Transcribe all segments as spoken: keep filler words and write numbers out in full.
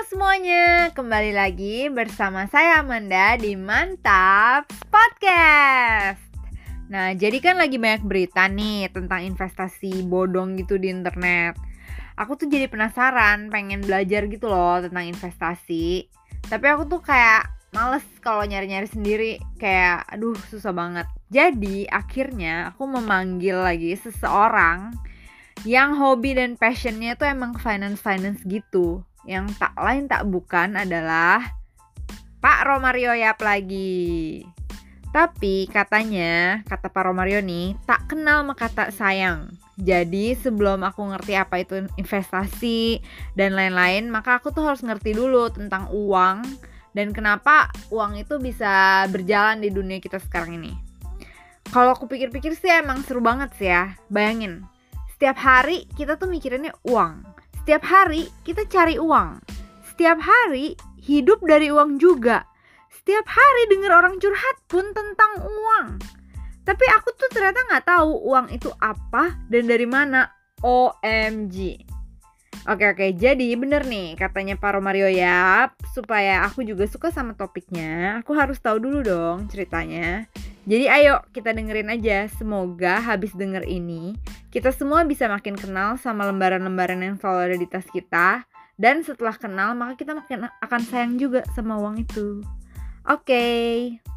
semuanya, kembali lagi bersama saya Amanda di Mantap Podcast. Nah, jadi kan lagi banyak berita nih tentang investasi bodong gitu di internet. Aku tuh jadi penasaran, pengen belajar gitu loh tentang investasi. Tapi aku tuh kayak males kalau nyari-nyari sendiri, kayak aduh susah banget. Jadi akhirnya aku memanggil lagi seseorang yang hobi dan passionnya tuh emang finance-finance gitu. Yang tak lain tak bukan adalah Pak Romario Yap lagi. Tapi katanya, kata Pak Romario nih, tak kenal sama kata sayang. Jadi sebelum aku ngerti apa itu investasi dan lain-lain, maka aku tuh harus ngerti dulu tentang uang dan kenapa uang itu bisa berjalan di dunia kita sekarang ini. Kalau aku pikir-pikir sih emang seru banget sih ya. Bayangin, setiap hari kita tuh mikirinnya uang. Setiap hari kita cari uang. Setiap hari hidup dari uang juga. Setiap hari denger orang curhat pun tentang uang. Tapi aku tuh ternyata gak tahu uang itu apa dan dari mana. O M G. Oke oke, jadi bener nih katanya Pak Romario Yap, supaya aku juga suka sama topiknya, aku harus tahu dulu dong ceritanya. Jadi ayo kita dengerin aja, semoga habis denger ini kita semua bisa makin kenal sama lembaran-lembaran yang selalu ada di tas kita. Dan setelah kenal maka kita makin akan sayang juga sama uang itu. Oke okay.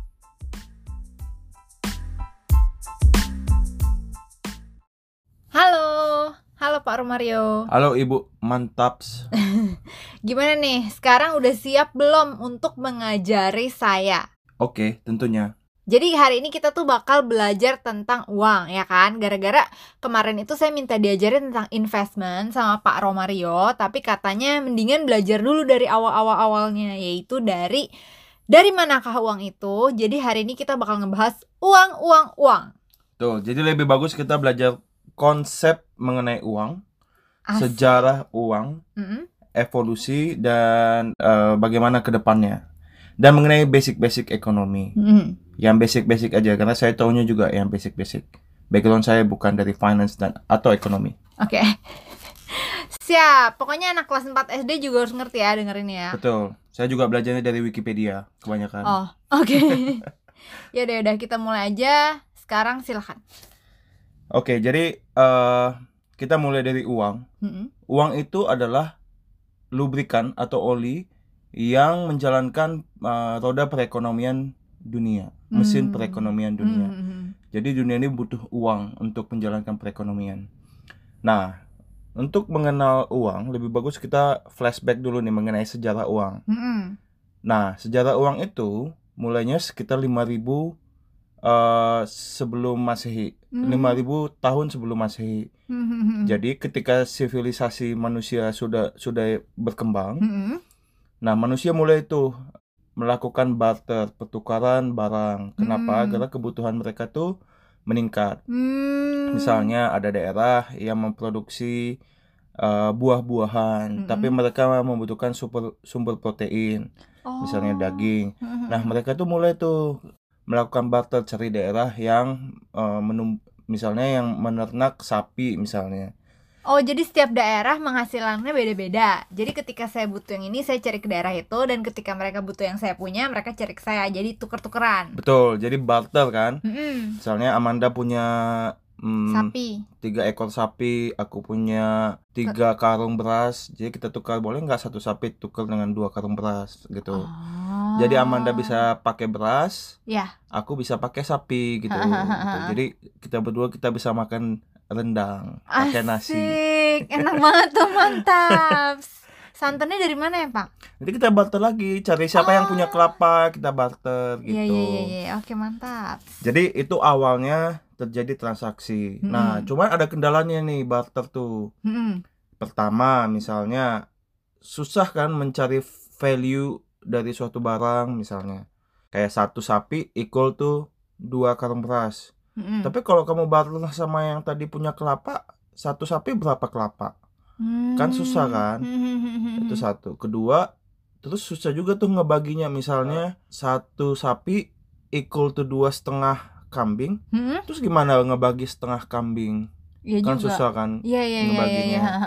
Halo, halo Pak Romario. Halo Ibu Mantaps. Gimana nih, sekarang udah siap belum untuk mengajari saya? Oke, tentunya. Jadi hari ini kita tuh bakal belajar tentang uang, ya kan? Gara-gara kemarin itu saya minta diajarin tentang investment sama Pak Romario, tapi katanya mendingan belajar dulu dari awal-awal-awalnya, yaitu dari dari manakah uang itu. Jadi hari ini kita bakal ngebahas uang, uang, uang. Tuh, jadi lebih bagus kita belajar konsep mengenai uang, Asik. sejarah uang, mm-hmm. evolusi dan uh, bagaimana ke depannya. Dan mengenai basic-basic ekonomi. Mm. Yang basic-basic aja, karena saya taunya juga yang basic-basic. Background saya bukan dari finance dan atau ekonomi. Oke. Okay. Siap. Pokoknya anak kelas empat S D juga harus ngerti ya dengerin ya. Betul. Saya juga belajarnya dari Wikipedia kebanyakan. Oh, oke. Okay. Ya udah udah kita mulai aja. Sekarang silakan. Oke, okay, jadi uh, kita mulai dari uang. Mm-hmm. Uang itu adalah lubrikan atau oli yang menjalankan uh, roda perekonomian dunia, mesin hmm. perekonomian dunia. Hmm. Jadi dunia ini butuh uang untuk menjalankan perekonomian. Nah, untuk mengenal uang, lebih bagus kita flashback dulu nih mengenai sejarah uang. Hmm. Nah, sejarah uang itu mulainya sekitar lima ribu uh, sebelum Masehi. Hmm. lima ribu tahun sebelum Masehi. Hmm. Jadi ketika sivilisasi manusia sudah sudah berkembang, hmm. nah, manusia mulai tuh melakukan barter, pertukaran barang. Kenapa? Hmm. Karena kebutuhan mereka tuh meningkat. Hmm. Misalnya ada daerah yang memproduksi uh, buah-buahan, hmm. tapi mereka membutuhkan sumber, sumber protein, oh. misalnya daging. Hmm. Nah, mereka tuh mulai tuh melakukan barter, cari daerah yang uh, menum- misalnya yang menernak sapi misalnya. Oh, jadi setiap daerah menghasilkannya beda-beda. Jadi ketika saya butuh yang ini, saya cari ke daerah itu. Dan ketika mereka butuh yang saya punya, mereka cari ke saya. Jadi tuker-tukeran. Betul, jadi barter kan. Mm-hmm. Misalnya Amanda punya mm, sapi, tiga ekor sapi, aku punya tiga karung beras. Jadi kita tukar, boleh nggak satu sapi tukar dengan dua karung beras gitu. Oh. Jadi Amanda bisa pakai beras, yeah. aku bisa pakai sapi gitu. gitu. Jadi kita berdua kita bisa makan rendang pakai nasi. Asik, enak banget tuh, mantap. Santannya dari mana ya, Pak? Nanti kita barter lagi, cari siapa oh. yang punya kelapa, kita barter gitu. Iya iya iya, oke mantap. Jadi itu awalnya terjadi transaksi. Mm-hmm. Nah, cuman ada kendalanya nih barter tuh. Mm-hmm. Pertama, misalnya susah kan mencari value dari suatu barang, misalnya kayak satu sapi equal tuh dua karung beras. Mm-hmm. Tapi kalau kamu barter sama yang tadi punya kelapa, satu sapi berapa kelapa? Mm-hmm. Kan susah kan? Mm-hmm. Itu satu. Kedua, terus susah juga tuh ngebaginya. Misalnya satu sapi equal to dua setengah kambing. Mm-hmm. Terus gimana ngebagi setengah kambing? Ya kan juga. Susah kan ya, ya, ngebaginya. Ya, ya, ya.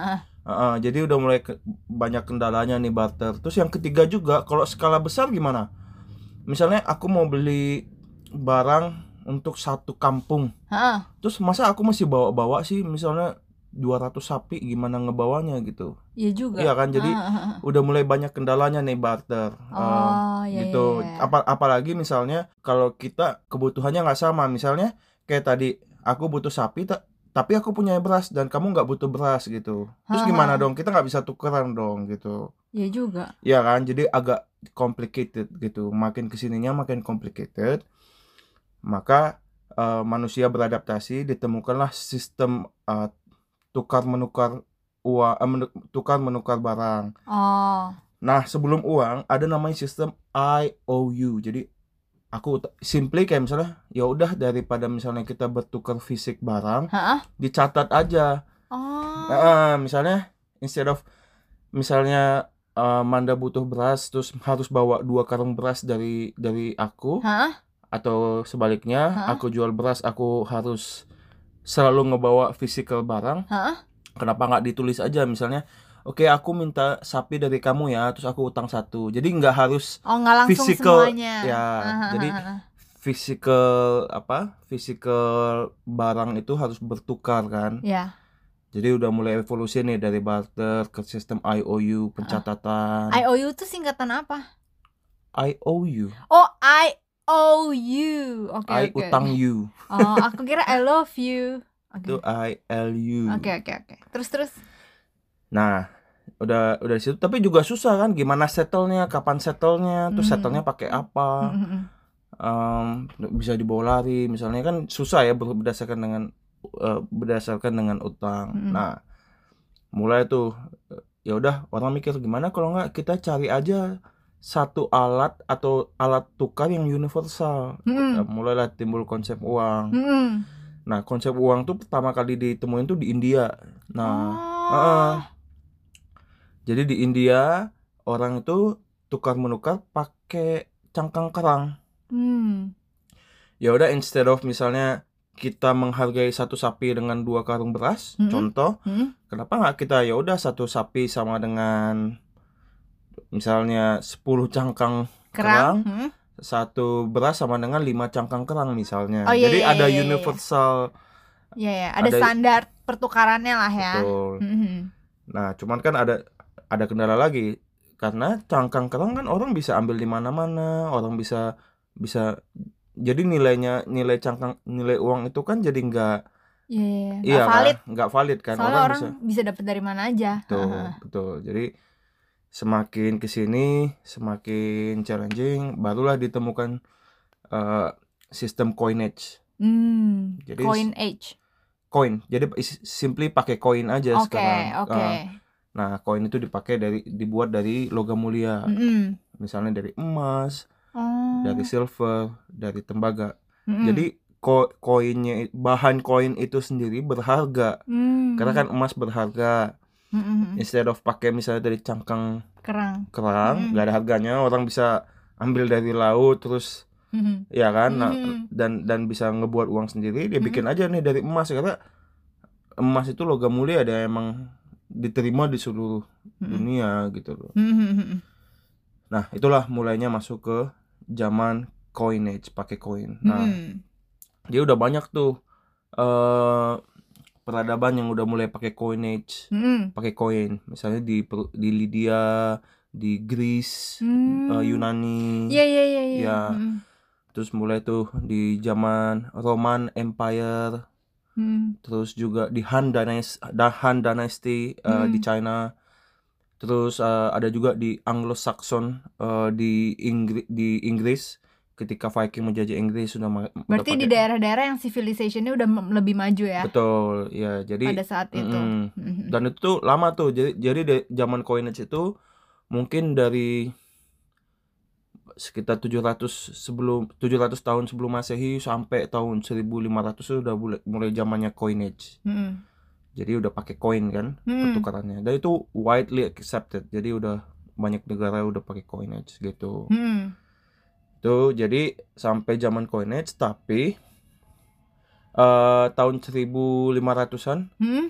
Uh, jadi udah mulai ke, banyak kendalanya nih barter. Terus yang ketiga juga, kalau skala besar gimana? Misalnya aku mau beli barang untuk satu kampung. Ha. Terus masa aku masih bawa-bawa sih, misalnya dua ratus sapi, gimana ngebawanya gitu. Iya juga. Iya kan, jadi Ha. udah mulai banyak kendalanya nih barter. Oh, uh, iya, gitu. iya. Apa apalagi misalnya kalau kita kebutuhannya nggak sama, misalnya kayak tadi aku butuh sapi tak tapi aku punya beras dan kamu nggak butuh beras gitu. Terus gimana dong? Kita nggak bisa tukeran dong gitu. Iya juga. Iya kan, jadi agak complicated gitu. Makin kesininya makin complicated. Maka uh, manusia beradaptasi, ditemukanlah sistem uh, tukar menukar uang, uh, menuk, tukar menukar barang. Oh. Nah sebelum uang ada namanya sistem I O U. Jadi aku simply kayak misalnya ya udah, daripada misalnya kita bertukar fisik barang, Ha? dicatat aja. Oh. Nah, misalnya instead of misalnya uh, Manda butuh beras terus harus bawa dua karung beras dari dari aku. Ha? Atau sebaliknya, Ha? aku jual beras aku harus selalu ngebawa physical barang. Ha? Kenapa nggak ditulis aja misalnya? Oke, aku minta sapi dari kamu ya, terus aku utang satu. Jadi nggak harus oh, nggak langsung physical, semuanya. ya. Aha, Jadi aha. physical apa? Physical barang itu harus bertukar kan? Ya. Jadi udah mulai evolusi nih dari barter ke sistem I O U, pencatatan. I O U itu singkatan apa? I O U. Oh, I O U. Oke, I oke. utang you. Oh, aku kira I love you. Oke. Itu I L U. Oke, oke, oke. Terus terus. Nah, udah udah di situ, tapi juga susah kan, gimana settle-nya, kapan settle-nya, terus Mhm. settle-nya pakai apa, Mhm. um, bisa dibawa lari, misalnya kan susah ya ber- berdasarkan dengan uh, berdasarkan dengan utang. Mhm. Nah, mulai tuh uh, ya udah orang mikir gimana kalau nggak kita cari aja satu alat atau alat tukar yang universal. Mhm. Uh, mulailah timbul konsep uang. Mhm. Nah, konsep uang tuh pertama kali ditemuin tuh di India. Nah, Oh. uh-uh. Jadi di India orang itu tukar menukar pakai cangkang kerang. Hmm. Ya udah, instead of misalnya kita menghargai satu sapi dengan dua karung beras, Mm-mm. contoh, Hmm. kenapa nggak kita ya udah satu sapi sama dengan misalnya sepuluh cangkang kerang, Kerang. Hmm. satu beras sama dengan lima cangkang kerang misalnya. Oh, iya, Jadi iya, ada iya, iya, iya. universal. Iya, ya. Ada, Ada- standar pertukarannya lah ya. Betul. Mhm. Nah, cuman kan ada ada kendala lagi, karena cangkang kerang kan orang bisa ambil di mana-mana, orang bisa bisa jadi nilainya nilai cangkang nilai uang itu kan jadi nggak Iya, iya, nggak iya valid. kan, nggak valid kan, Soalnya orang, orang bisa bisa, dapat dari mana aja. betul Heeh. betul. Jadi semakin kesini semakin challenging, barulah ditemukan uh, sistem coinage. Hmm. Jadi Coin age. Coin, jadi is- simply pakai koin aja Oke, sekarang. oke. Uh, nah, koin itu dipakai dari dibuat dari logam mulia. Mm-mm. Misalnya dari emas, Oh. dari silver, dari tembaga. Mm-mm. Jadi ko- koinnya, bahan koin itu sendiri berharga. Hmm. Karena kan emas berharga. Mm-mm. Instead of pakai misalnya dari cangkang Kerang. kerang, Mm-mm. nggak ada harganya, orang bisa ambil dari laut terus, Mhm. ya kan, nah, Mhm. dan dan bisa ngebuat uang sendiri. Dia Mhm. bikin aja nih dari emas, karena emas itu logam mulia, ada emang diterima di seluruh Mhm. dunia gitu loh. Mhm. Nah, itulah mulainya masuk ke zaman coinage, pakai koin. Nah, Mhm. dia udah banyak tuh eh peradaban yang udah mulai pakai coinage, Mhm. pakai koin. Misalnya di Per- di Lydia, di Greece, Hmm. eh, Yunani. Iya, iya, iya, iya. Ya. Mhm. Terus mulai tuh di zaman Roman Empire, Hmm. terus juga di Han Dynasty, Han Dynasty eh, Hmm. di China. Terus eh, ada juga di Anglo-Saxon, eh, di Inggris, di Inggris ketika Viking menjajah Inggris sudah ma- udah Berarti di pakai. daerah-daerah yang civilization-nya udah m- lebih maju ya Betul, ya. Jadi pada saat itu. mm-mm. Mhm. Dan itu tuh lama tuh. Jadi jadi de- zaman coinage itu mungkin dari sekitar tujuh ratus sebelum tujuh ratus tahun sebelum Masehi sampai tahun seribu lima ratus sudah mulai mulai zamannya coinage. Mhm. Jadi udah pakai koin kan Hmm. pertukarannya. Dan itu widely accepted. Jadi udah banyak negara udah pakai coinage gitu. Hmm. Tuh, jadi sampai zaman coinage, tapi eh tahun seribu lima ratusan Hmm.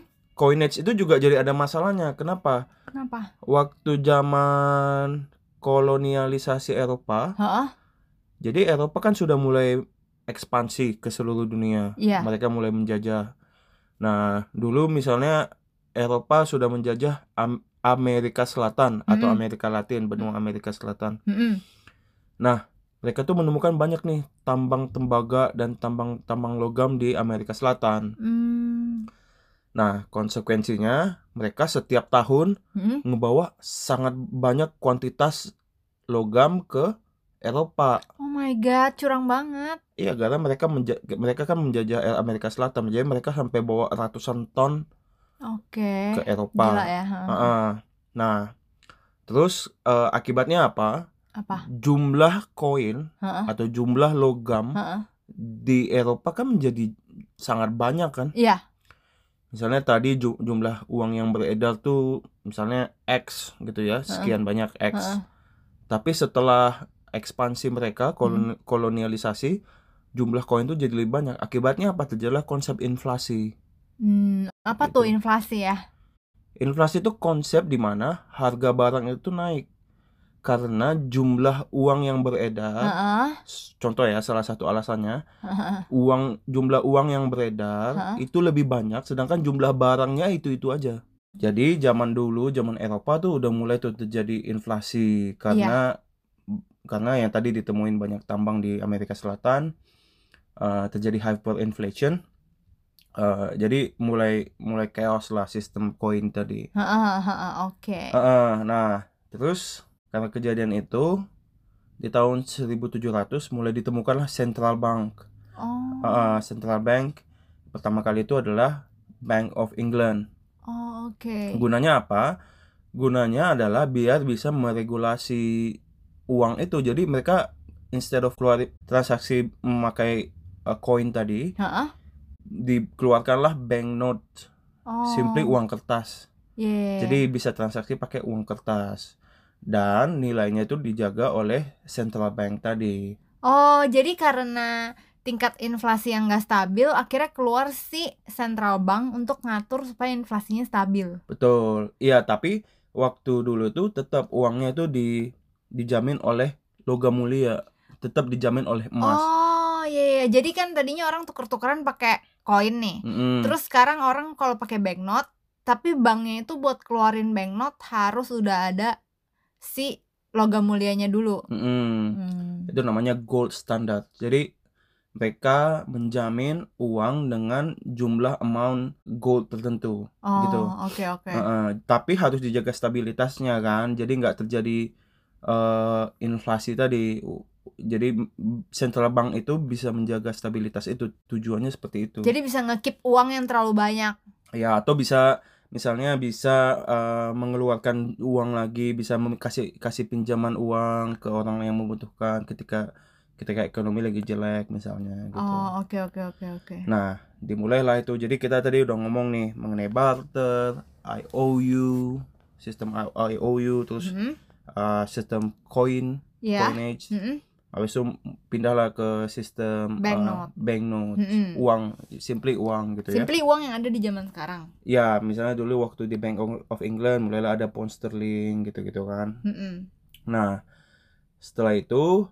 coinage itu juga jadi ada masalahnya. Kenapa? Kenapa? Waktu zaman kolonialisasi Eropa, Heeh. jadi Eropa kan sudah mulai ekspansi ke seluruh dunia. Iya. Mereka mulai menjajah. Nah, dulu misalnya Eropa sudah menjajah Am- Amerika Selatan atau Mm-mm. Amerika Latin, benua Amerika Selatan. Mm-mm. Nah, mereka tuh menemukan banyak nih tambang tembaga dan tambang-tambang logam di Amerika Selatan. Mm. Nah, konsekuensinya mereka setiap tahun Mm-mm. ngebawa sangat banyak kuantitas logam ke Eropa. Oh my god, curang banget. Iya, karena mereka menja- mereka kan menjajah Amerika Selatan, jadi mereka sampai bawa ratusan ton Oke. ke Eropa. Gila ya. ha. Uh-uh. Nah, terus uh, akibatnya apa? Apa? Jumlah koin Heeh. atau jumlah logam Heeh. di Eropa kan menjadi sangat banyak kan. Iya. Misalnya tadi ju- jumlah uang yang beredar tuh misalnya X gitu ya, sekian banyak X. Heeh. Tapi setelah ekspansi mereka, kolon- Hmm. kolonialisasi, jumlah koin tuh jadi lebih banyak. Akibatnya apa? Terjadilah konsep inflasi. Hmm, apa Gitu. tuh inflasi ya? Inflasi itu konsep di mana harga barang itu naik karena jumlah uang yang beredar. Heeh. S- Contoh ya, salah satu alasannya, Heeh. uang jumlah uang yang beredar Heeh. itu lebih banyak, sedangkan jumlah barangnya itu-itu aja. Jadi zaman dulu, zaman Eropa tuh udah mulai tuh terjadi inflasi karena karena yang tadi ditemuin banyak tambang di Amerika Selatan, uh, terjadi hyperinflation. Uh, jadi mulai mulai chaos lah sistem koin tadi. Heeh, heeh, oke. Uh, nah, terus karena kejadian itu di tahun seribu tujuh ratus mulai ditemukanlah central bank. Oh. Uh, central bank pertama kali itu adalah Bank of England. Oh, oke. Gunanya apa? Gunanya adalah biar bisa meregulasi uang itu. Jadi mereka instead of keluar transaksi memakai uh, koin tadi, Heeh. dikeluarkanlah banknote, Oh. simply uang kertas. Yeah. Jadi bisa transaksi pakai uang kertas. Dan nilainya itu dijaga oleh central bank tadi. Oh, jadi karena tingkat inflasi yang nggak stabil, akhirnya keluar si central bank untuk ngatur supaya inflasinya stabil. Betul. Iya, tapi waktu dulu tuh tetap uangnya itu di dijamin oleh logam mulia, tetap dijamin oleh emas. Oh, iya, iya. Jadi kan tadinya orang tuker-tukeran pakai koin nih. Mm-mm. Terus sekarang orang kalau pakai banknote, tapi banknya itu buat keluarin banknote harus udah ada si logam mulianya dulu. Mm-mm. Hmm. Itu namanya gold standard. Jadi mereka menjamin uang dengan jumlah amount gold tertentu. Oh, gitu. oke, oke. Uh-uh. Tapi harus dijaga stabilitasnya kan. Jadi nggak terjadi uh, inflasi tadi. Jadi central bank itu bisa menjaga stabilitas itu. Tujuannya seperti itu. Jadi bisa nge-keep uang yang terlalu banyak. Ya, atau bisa misalnya bisa uh, mengeluarkan uang lagi, bisa mem- kasih kasih pinjaman uang ke orang yang membutuhkan ketika ketika ekonomi lagi jelek misalnya gitu. Oh, oke, oke, oke, oke. Nah, dimulailah itu. Jadi kita tadi udah ngomong nih mengenai barter, I O U, sistem I O U, terus Mm-hmm. uh, sistem coin, Yeah. coinage. Mm-hmm. Habis itu pindahlah ke sistem Banknote. uh, banknote, Mm-hmm. uang, simply uang gitu ya. Simply uang yang ada di zaman sekarang. Ya, misalnya dulu waktu di Bank of England mulailah ada pound sterling gitu-gitu kan. Mm-hmm. Nah, setelah itu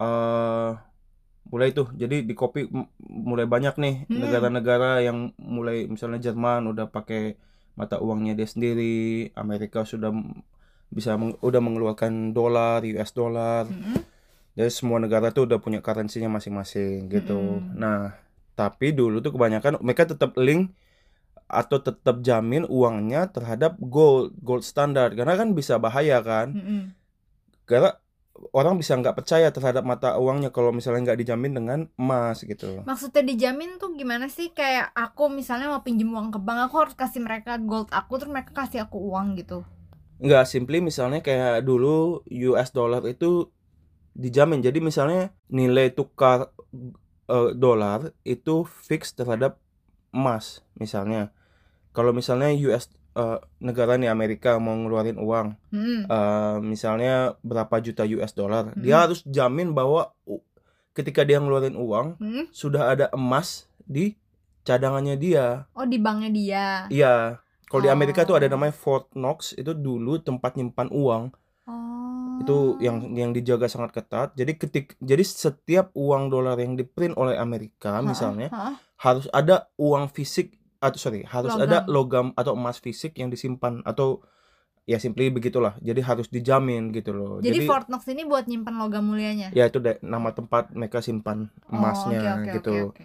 uh, mulai tuh jadi di copy m- mulai banyak nih Hmm. negara-negara yang mulai misalnya Jerman udah pakai mata uangnya dia sendiri, Amerika sudah m- bisa meng- udah mengeluarkan dolar, U S dollar. Mm-hmm. Jadi semua negara tuh udah punya currency-nya masing-masing gitu. Mm-mm. Nah, tapi dulu tuh kebanyakan mereka tetap link atau tetap jamin uangnya terhadap gold, gold standard. Karena kan bisa bahaya kan. Mm-mm. Karena orang bisa nggak percaya terhadap mata uangnya kalau misalnya nggak dijamin dengan emas gitu. Maksudnya dijamin tuh gimana sih? Kayak aku misalnya mau pinjem uang ke bank, aku harus kasih mereka gold aku, terus mereka kasih aku uang gitu. Nggak, simply misalnya kayak dulu U S dollar itu dijamin. Jadi misalnya nilai tukar uh, dolar itu fix terhadap emas misalnya. Kalau misalnya U S uh, negara nih Amerika mau ngeluarin uang, Mm-mm. uh, misalnya berapa juta U S dollar, Mm-mm. dia harus jamin bahwa uh, ketika dia ngeluarin uang Mm-mm. sudah ada emas di cadangannya dia. Oh, di banknya dia. Iya. Kalau di Amerika tuh ada Oh. namanya Fort Knox, itu dulu tempat nyimpan uang. Oh. Itu yang yang dijaga sangat ketat. Jadi ketik jadi setiap uang dolar yang diprint oleh Amerika Ha-ah, misalnya ha-ah. harus ada uang fisik atau sorry harus ada Logam. logam atau emas fisik yang disimpan atau ya simply begitulah. Jadi harus dijamin gitu loh. Jadi, Jadi Fort Knox ini buat nyimpan logam mulianya. ya itu da- nama tempat mereka simpan emasnya Oh, oke oke gitu. oke oke.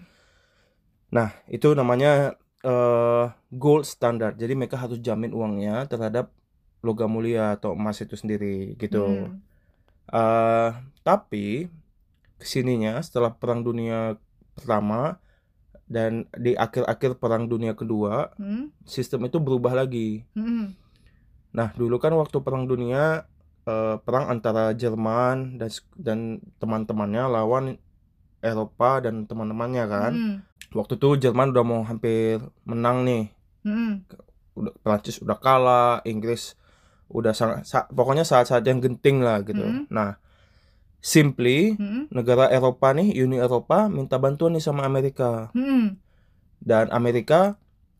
Nah, itu namanya eh, gold standard. Jadi mereka harus jamin uangnya terhadap logam mulia atau emas itu sendiri gitu. Hmm. Eh, tapi kesininya setelah Perang Dunia Pertama dan di akhir-akhir Perang Dunia Kedua, Hmm. sistem itu berubah lagi. Hmm. Nah, dulu kan waktu Perang Dunia eh, perang antara Jerman dan dan teman-temannya lawan Eropa dan teman-temannya kan. Hmm. Waktu itu Jerman udah mau hampir menang nih. Hmm. Udah Prancis udah kalah, Inggris udah sangat sa- pokoknya saat-saat yang genting lah gitu. Hmm. Nah, simply Hmm. negara Eropa nih, Uni Eropa minta bantuan nih sama Amerika. Hmm. Dan Amerika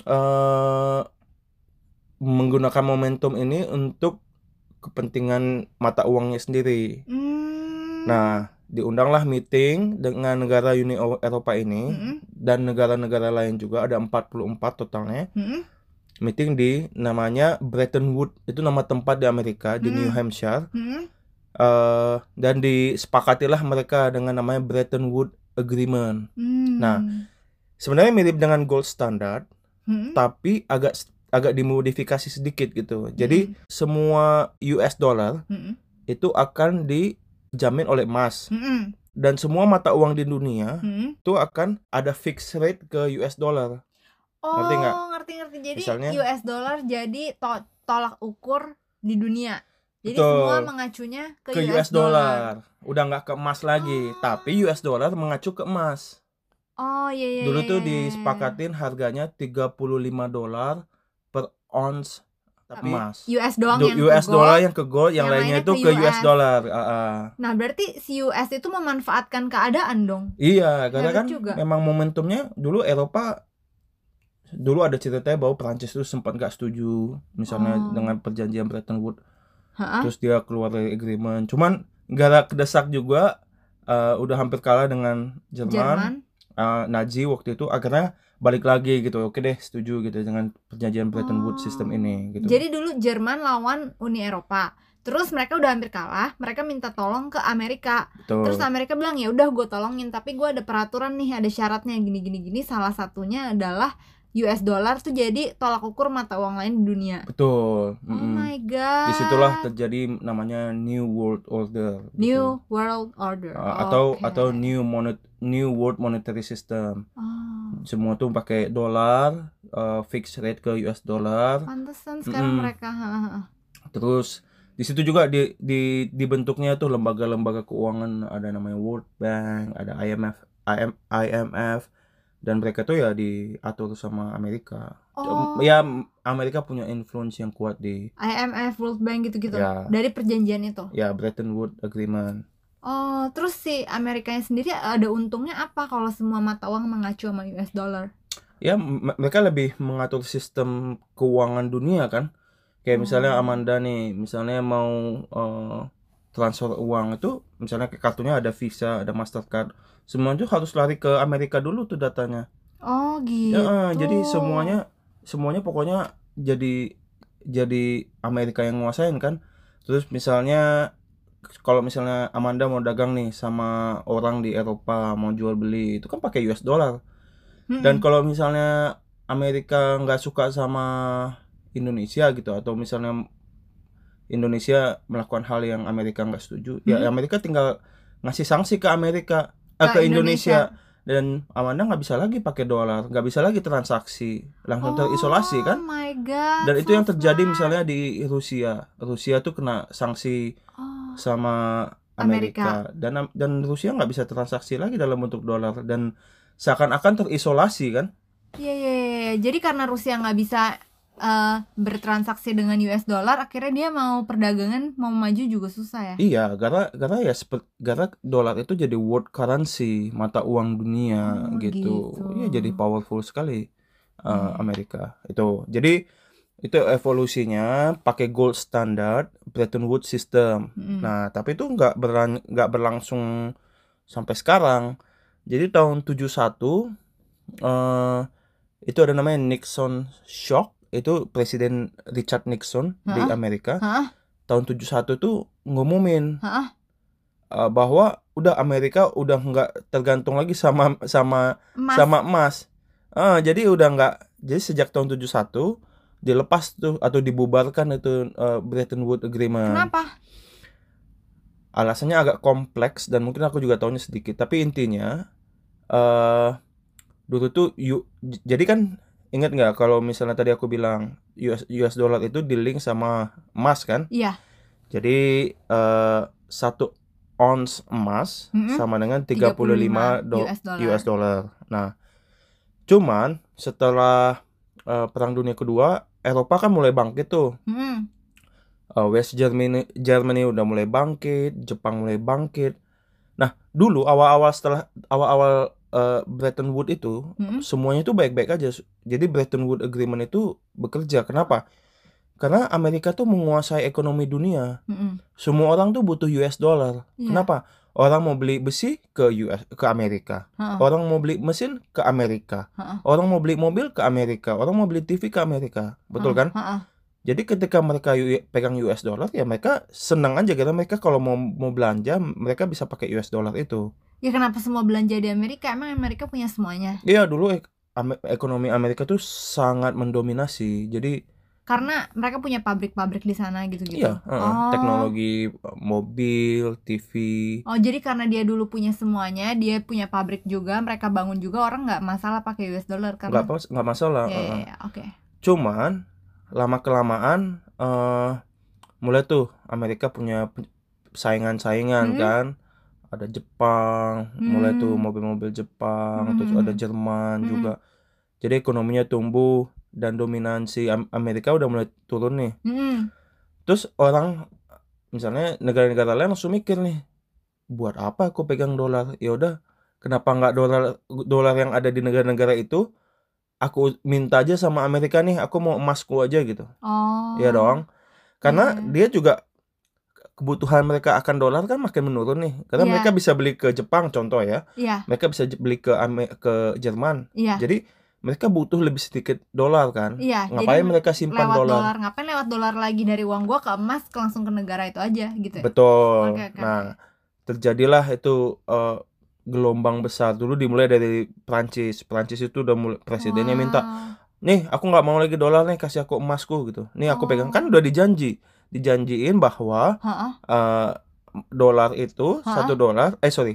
eh, menggunakan momentum ini untuk kepentingan mata uangnya sendiri. Hmm. Nah, diundanglah meeting dengan negara Uni Eropa ini Hmm. dan negara-negara lain juga, ada empat puluh empat totalnya. Hmm. Meeting di namanya Bretton Woods, itu nama tempat di Amerika di Hmm. New Hampshire. Hmm. Eh, dan disepakatilah mereka dengan namanya Bretton Woods Agreement. Hmm. Nah, sebenarnya mirip dengan gold standard, Hmm. tapi agak agak dimodifikasi sedikit gitu. Jadi Hmm. semua U S dollar Hmm. itu akan dijamin oleh emas. Hmm. Dan semua mata uang di dunia Hmm. itu akan ada fixed rate ke U S dollar. Oh, Ngerti nggak? ngerti ngerti. Jadi Misalnya- U S dollar jadi to- tolak ukur di dunia. Jadi Betul. semua mengacunya ke, Ke U S dollar. Udah nggak ke emas lagi, Oh. tapi U S dollar mengacu ke emas. Oh iya iya. Dulu iya, tuh iya, iya. disepakatin harganya tiga puluh lima dolar per ounce Tapi emas. U S doang Du- yang U S ke dollar gold. yang ke gold, yang, yang lainnya lainnya itu ke ke U U S S. dollar. Ah, ah. Nah, berarti si U S itu memanfaatkan keadaan dong. Iya, karena Hebat kan juga. memang momentumnya dulu Eropa, dulu ada ceritanya bahwa Prancis itu sempat nggak setuju misalnya Oh. dengan perjanjian Bretton Woods. Ha-ah. Terus dia keluar dari agreement. Cuman gara kedesak juga, uh, udah hampir kalah dengan Jerman, Jerman. uh, Nazi waktu itu, akhirnya balik lagi gitu. Oke deh, setuju gitu dengan perjanjian Bretton Woods Oh. sistem ini gitu. Jadi dulu Jerman lawan Uni Eropa. Terus mereka udah hampir kalah, mereka minta tolong ke Amerika. Betul. Terus Amerika bilang ya udah gue tolongin, tapi gue ada peraturan nih, ada syaratnya gini gini gini. Salah satunya adalah U S dollar tuh jadi tolak ukur mata uang lain di dunia. Betul. Oh Mm-mm. my god. Disitulah terjadi namanya New World Order. gitu. New World Order. Uh, atau Oke. atau New Monet New World Monetary System. Oh, Semua tuh pakai dolar, uh, fixed rate ke U S dollar. pantesan sekarang Mm-mm. mereka. ha, ha, ha. Terus di situ juga di, di dibentuknya tuh lembaga-lembaga keuangan, ada namanya World Bank, ada I M F, I M, I M F, dan mereka tuh ya diatur sama Amerika. Oh. Ya Amerika punya influence yang kuat di I M F, World Bank gitu-gitu. Ya. Dari perjanjian itu. ya Bretton Woods Agreement. Oh, terus si Amerikanya sendiri ada untungnya apa kalau semua mata uang mengacu sama U S dollar? Ya m- mereka lebih mengatur sistem keuangan dunia kan. Kayak misalnya Oh. Amanda nih, misalnya mau uh, transfer uang itu, misalnya ke kartunya ada Visa, ada Mastercard, semua itu harus lari ke Amerika dulu tuh datanya. Oh, Ya, gitu. eh, jadi semuanya semuanya pokoknya jadi jadi Amerika yang nguasain kan. Terus misalnya kalau misalnya Amanda mau dagang nih sama orang di Eropa, mau jual beli, itu kan pakai U S dollar. Mm-mm. Dan kalau misalnya Amerika nggak suka sama Indonesia gitu, atau misalnya Indonesia melakukan hal yang Amerika nggak setuju, ya Hmm. Amerika tinggal ngasih sanksi ke Amerika, eh, ke Ke Indonesia. Dan Amanda nggak bisa lagi pakai dolar, nggak bisa lagi transaksi, langsung terisolasi kan. Oh my god. Dan itu yang so terjadi smart. misalnya di Rusia. Rusia tuh kena sanksi Oh. sama Amerika. Amerika, dan dan Rusia nggak bisa transaksi lagi dalam bentuk dolar, dan seakan-akan terisolasi kan. Iya, iya, iya. Jadi karena Rusia nggak bisa eh, bertransaksi dengan U S dollar, akhirnya dia mau perdagangan, mau maju juga susah ya. Iya, karena karena ya seperti karena dolar itu jadi world currency, mata uang dunia Oh, gitu. gitu. Iya, jadi powerful sekali uh, Iya. Amerika itu. Jadi Itu evolusinya pakai gold standard Bretton Woods system. Mm-mm. Nah, tapi itu nggak berlan- nggak berlangsung sampai sekarang. Jadi tahun tujuh puluh satu eh itu ada namanya Nixon shock, itu Presiden Richard Nixon di Hah? Amerika. Hah? Tahun tujuh puluh satu tuh ngumumin Hah? eh, bahwa udah Amerika udah nggak tergantung lagi sama sama Emas. sama emas. Eh, jadi udah nggak, jadi sejak tahun tujuh puluh satu dilepas tuh atau dibubarkan itu eh, Bretton Woods Agreement. Kenapa? Alasannya agak kompleks dan mungkin aku juga tahunya sedikit, tapi intinya eh dulu tuh yu, j- jadi kan ingat nggak kalau misalnya tadi aku bilang U S U S dollar itu di-link sama emas kan? Iya. Jadi eh satu ons emas Mm-mm. sama dengan tiga puluh lima do- U S dollar. U S dollar. Nah, cuman setelah eh, Perang Dunia Kedua, Eropa kan mulai bangkit tuh. Mm-mm. Uh, West Germany, Germany udah mulai bangkit, Jepang mulai bangkit. Nah, dulu awal-awal setelah awal-awal uh, Bretton Woods itu, Mm-mm. semuanya itu baik-baik aja. Jadi Bretton Woods Agreement itu bekerja. Kenapa? Karena Amerika tuh menguasai ekonomi dunia. Mm-mm. Semua orang tuh butuh U S dollar. Iya. Kenapa? Orang mau beli besi ke U S ke Amerika. Ha-ha. Orang mau beli mesin ke Amerika. Ha-ha. Orang mau beli mobil ke Amerika. Orang mau beli T V ke Amerika. Betul kan? Ha-ha. Jadi ketika mereka U- pegang U S dollar, ya mereka senang aja karena mereka kalau mau mau belanja mereka bisa pakai U S dollar itu. Ya kenapa semua belanja di Amerika? Emang Amerika punya semuanya? Iya, dulu ek- Ame- ekonomi Amerika tuh sangat mendominasi. Jadi Karena mereka punya pabrik-pabrik di sana gitu-gitu. iya, uh, Oh. teknologi uh, mobil, T V. Oh, jadi karena dia dulu punya semuanya, dia punya pabrik juga, mereka bangun juga, orang nggak masalah pakai U S dollar nggak karena. pas- nggak masalah. Ya, uh, ya, uh. ya, oke. Cuman lama kelamaan eh mulai tuh Amerika punya pe- saingan-saingan Hmm. kan. Ada Jepang, mulai tuh Hmm. mobil-mobil Jepang, Hmm. terus ada Jerman Hmm. juga. Jadi ekonominya tumbuh dan dominansi Am- Amerika udah mulai turun nih. Hmm. Terus orang misalnya negara-negara lain langsung mikir nih, buat apa aku pegang dolar? Ya udah, kenapa nggak dolar dolar yang ada di negara-negara itu aku minta aja sama Amerika nih, aku mau emasku aja gitu. Oh. Iya dong. Karena Iya. dia juga kebutuhan mereka akan dolar kan makin menurun nih. Karena Iya. mereka bisa beli ke Jepang contoh ya. Iya, Mereka bisa j- beli ke Ame- ke Jerman. iya. Jadi mereka butuh lebih sedikit dolar kan. Iya, Ngapain jadi mereka simpan lewat dolar? dolar. Ngapain lewat dolar lagi dari uang gua ke emas ke langsung ke negara itu aja gitu ya? Betul. Oke, oke, Nah, terjadilah itu eh, gelombang besar. Dulu dimulai dari Prancis. Prancis itu udah mulai, presidennya minta, Wow. nih aku nggak mau lagi dolar nih, kasih aku emasku gitu. Nih aku pegang, kan Oh. udah dijanji, dijanjiin bahwa Ha-ha. eh, dolar itu Ha-ha. satu dolar, eh sorry,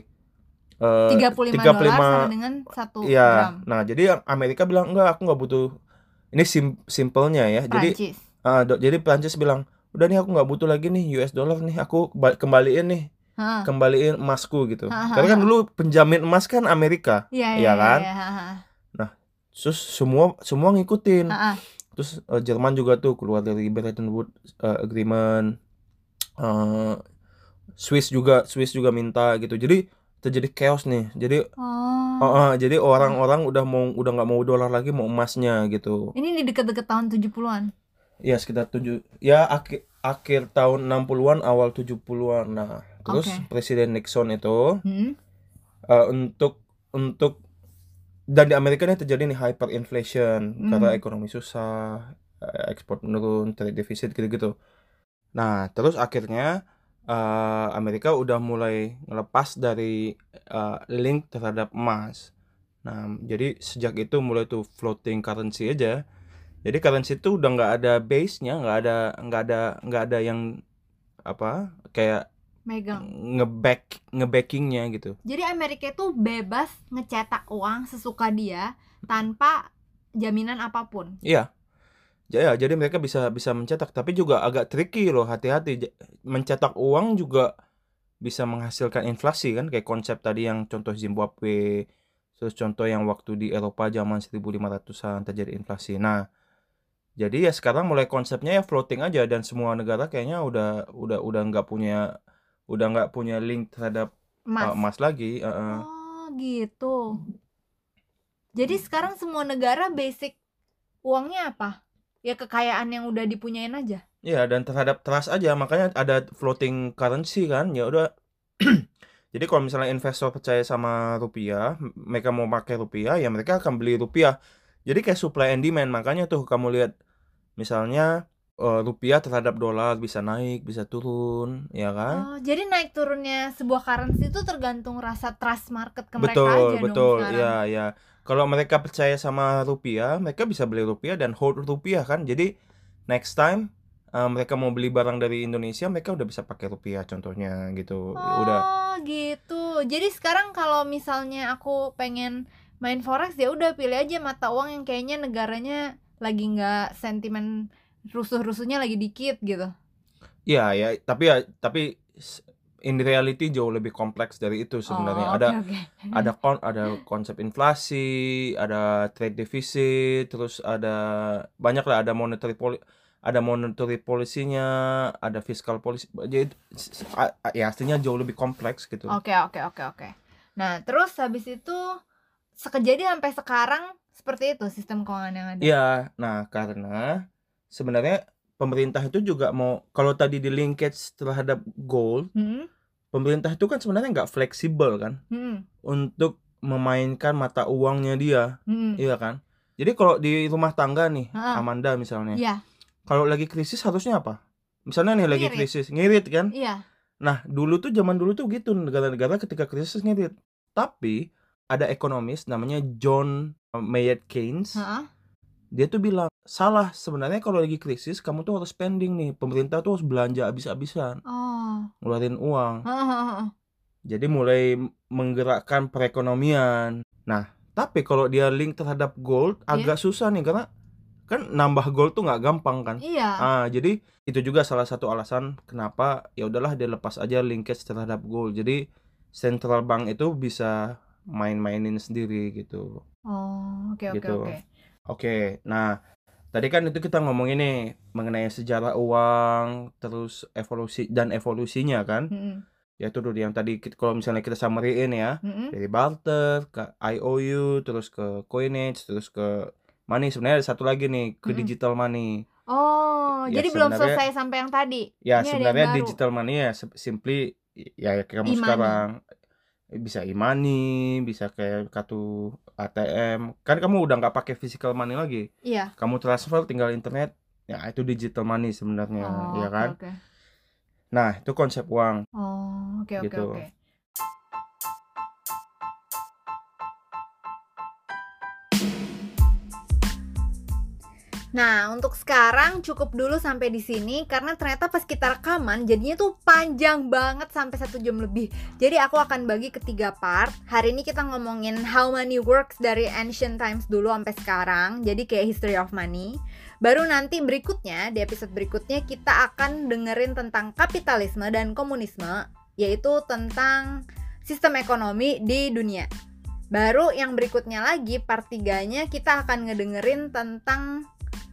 eh, tiga puluh lima tiga puluh dolar lima, sama dengan satu iya. gram. Nah, jadi yang Amerika bilang enggak, aku nggak butuh. Ini sim simpelnya ya. Jadi Prancis. eh, do- jadi Prancis bilang, udah nih aku nggak butuh lagi nih U S dollar nih, aku ba- kembaliin nih, Ha. kembaliin emasku gitu. Ha, ha, Karena kan ha. dulu penjamin emas kan Amerika, Iya, iya iya, kan? iya, ha, ha. Terus semua semua ngikutin. Ha, ha. Terus eh, Jerman juga tuh keluar dari Bretton Woods eh, Agreement. Eh, Swiss juga Swiss juga minta gitu. Jadi terjadi chaos nih. Jadi Oh. oh, oh, jadi orang-orang udah mau udah nggak mau dolar lagi, mau emasnya gitu. Ini di deket-deket tahun tujuh puluhan. Ya sekitar tujuh, ya akhir akhir tahun enam puluhan awal tujuh puluhan. Nah, terus Oke. Presiden Nixon itu Hmm. eh, untuk untuk dan di Amerika nih terjadi nih hyperinflation Hmm. karena ekonomi susah, eh, ekspor menurun, trade deficit gitu-gitu. Nah, terus akhirnya eh, Amerika udah mulai ngelepas dari eh, link terhadap emas. Nah, jadi sejak itu mulai tuh floating currency aja. Jadi currency itu udah nggak ada base-nya, nggak ada nggak ada nggak ada yang apa kayak Megang. ngeback ngebackingnya gitu. Jadi Amerika itu bebas ngecetak uang sesuka dia tanpa jaminan apapun. Iya. Ya, jadi mereka bisa bisa mencetak, tapi juga agak tricky loh, hati-hati. J- Mencetak uang juga bisa menghasilkan inflasi kan, kayak konsep tadi yang contoh Zimbabwe, terus contoh yang waktu di Eropa zaman seribu lima ratusan terjadi inflasi. Nah, jadi ya sekarang mulai konsepnya ya floating aja, dan semua negara kayaknya udah udah udah nggak punya udah nggak punya link terhadap Emas. uh, emas lagi. uh, uh. Oh, gitu. Jadi sekarang semua negara basic uangnya apa? ya kekayaan yang udah dipunyain aja. Iya, dan terhadap trust aja, makanya ada floating currency kan. Ya udah. Jadi kalau misalnya investor percaya sama rupiah, mereka mau pakai rupiah, ya mereka akan beli rupiah. Jadi kayak supply and demand, makanya tuh kamu lihat misalnya uh, rupiah terhadap dolar bisa naik, bisa turun, ya kan? Oh, jadi naik turunnya sebuah currency itu tergantung rasa trust market ke mereka Betul, aja betul, dong sekarang. ya, ya. Kalau mereka percaya sama rupiah, mereka bisa beli rupiah dan hold rupiah kan. Jadi next time uh, mereka mau beli barang dari Indonesia, mereka udah bisa pakai rupiah contohnya gitu. Oh, Udah. gitu. Jadi sekarang kalau misalnya aku pengen main forex, ya udah pilih aja mata uang yang kayaknya negaranya lagi nggak sentimen rusuh-rusuhnya lagi dikit gitu. Iya, ya, tapi ya tapi in reality jauh lebih kompleks dari itu sebenarnya. Oh, ada oke, oke. ada kon ada konsep inflasi, ada trade deficit, terus ada banyak lah, ada monetary poli ada monetary policy-nya, ada fiscal policy. Jadi s- s- a- a- ya aslinya jauh lebih kompleks gitu. Oke, oke, oke, oke. Nah, terus habis itu sekejadian sampai sekarang seperti itu sistem keuangan yang ada. Iya, nah karena sebenarnya pemerintah itu juga mau, kalau tadi di linkage terhadap gold, Hmm, pemerintah itu kan sebenarnya nggak fleksibel kan hmm, untuk memainkan mata uangnya dia, hmm. iya kan? Jadi kalau di rumah tangga nih, Ha-ha. Amanda misalnya, Iya, kalau lagi krisis harusnya apa? Misalnya nih lagi Ngirit. krisis, ngirit kan? iya. Nah, dulu tuh zaman dulu tuh gitu, negara-negara ketika krisis ngirit. Tapi ada ekonomis namanya John Maynard Keynes, Ha-ha. dia tuh bilang, salah sebenarnya kalau lagi krisis kamu tuh harus spending nih, pemerintah tuh harus belanja habis-habisan, Oh. ngeluarin uang. Ha-ha. Jadi mulai menggerakkan perekonomian. Nah, tapi kalau dia link terhadap gold Iya. agak susah nih, karena kan nambah gold tuh nggak gampang kan. Iya. Ah, jadi itu juga salah satu alasan kenapa ya udahlah dia lepas aja linkage terhadap gold. Jadi central bank itu bisa main-mainin sendiri gitu. Oh, oke, oke, Gitu. oke. Oke, nah tadi kan itu kita ngomongin nih mengenai sejarah uang, terus evolusi dan evolusinya kan. Mm-mm. Ya itu dulu yang tadi kit- kalau misalnya kita summary-in ya, Mm-mm. dari barter ke I O U, terus ke coinage, terus ke money. Sebenarnya ada satu lagi nih, ke Mm-mm. digital money. Oh, Ya, jadi belum sebenarnya- selesai sampai yang tadi. Ya Ini ada yang sebenarnya baru. digital money ya se- simply ya kayak kamu E-money. sekarang bisa e-money, bisa kayak kartu A T M. Kan kamu udah nggak pakai physical money lagi. Iya. Kamu transfer tinggal internet. Ya itu digital money sebenarnya, Oh, ya oke, kan? oke. Nah, itu konsep uang. Oh, oke, oke, Gitu. oke. Nah, untuk sekarang cukup dulu sampai di sini karena ternyata pas kita rekaman jadinya tuh panjang banget sampai satu jam lebih. Jadi aku akan bagi ke tiga part. Hari ini kita ngomongin how money works dari ancient times dulu sampai sekarang. Jadi kayak history of money. Baru nanti berikutnya, di episode berikutnya kita akan dengerin tentang kapitalisme dan komunisme, yaitu tentang sistem ekonomi di dunia. Baru yang berikutnya lagi, part tiganya kita akan ngedengerin tentang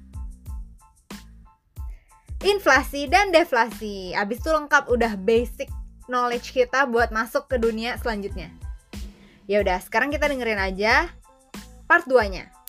inflasi dan deflasi. Abis itu lengkap, udah basic knowledge kita buat masuk ke dunia selanjutnya. Ya udah, sekarang kita dengerin aja part dua-nya.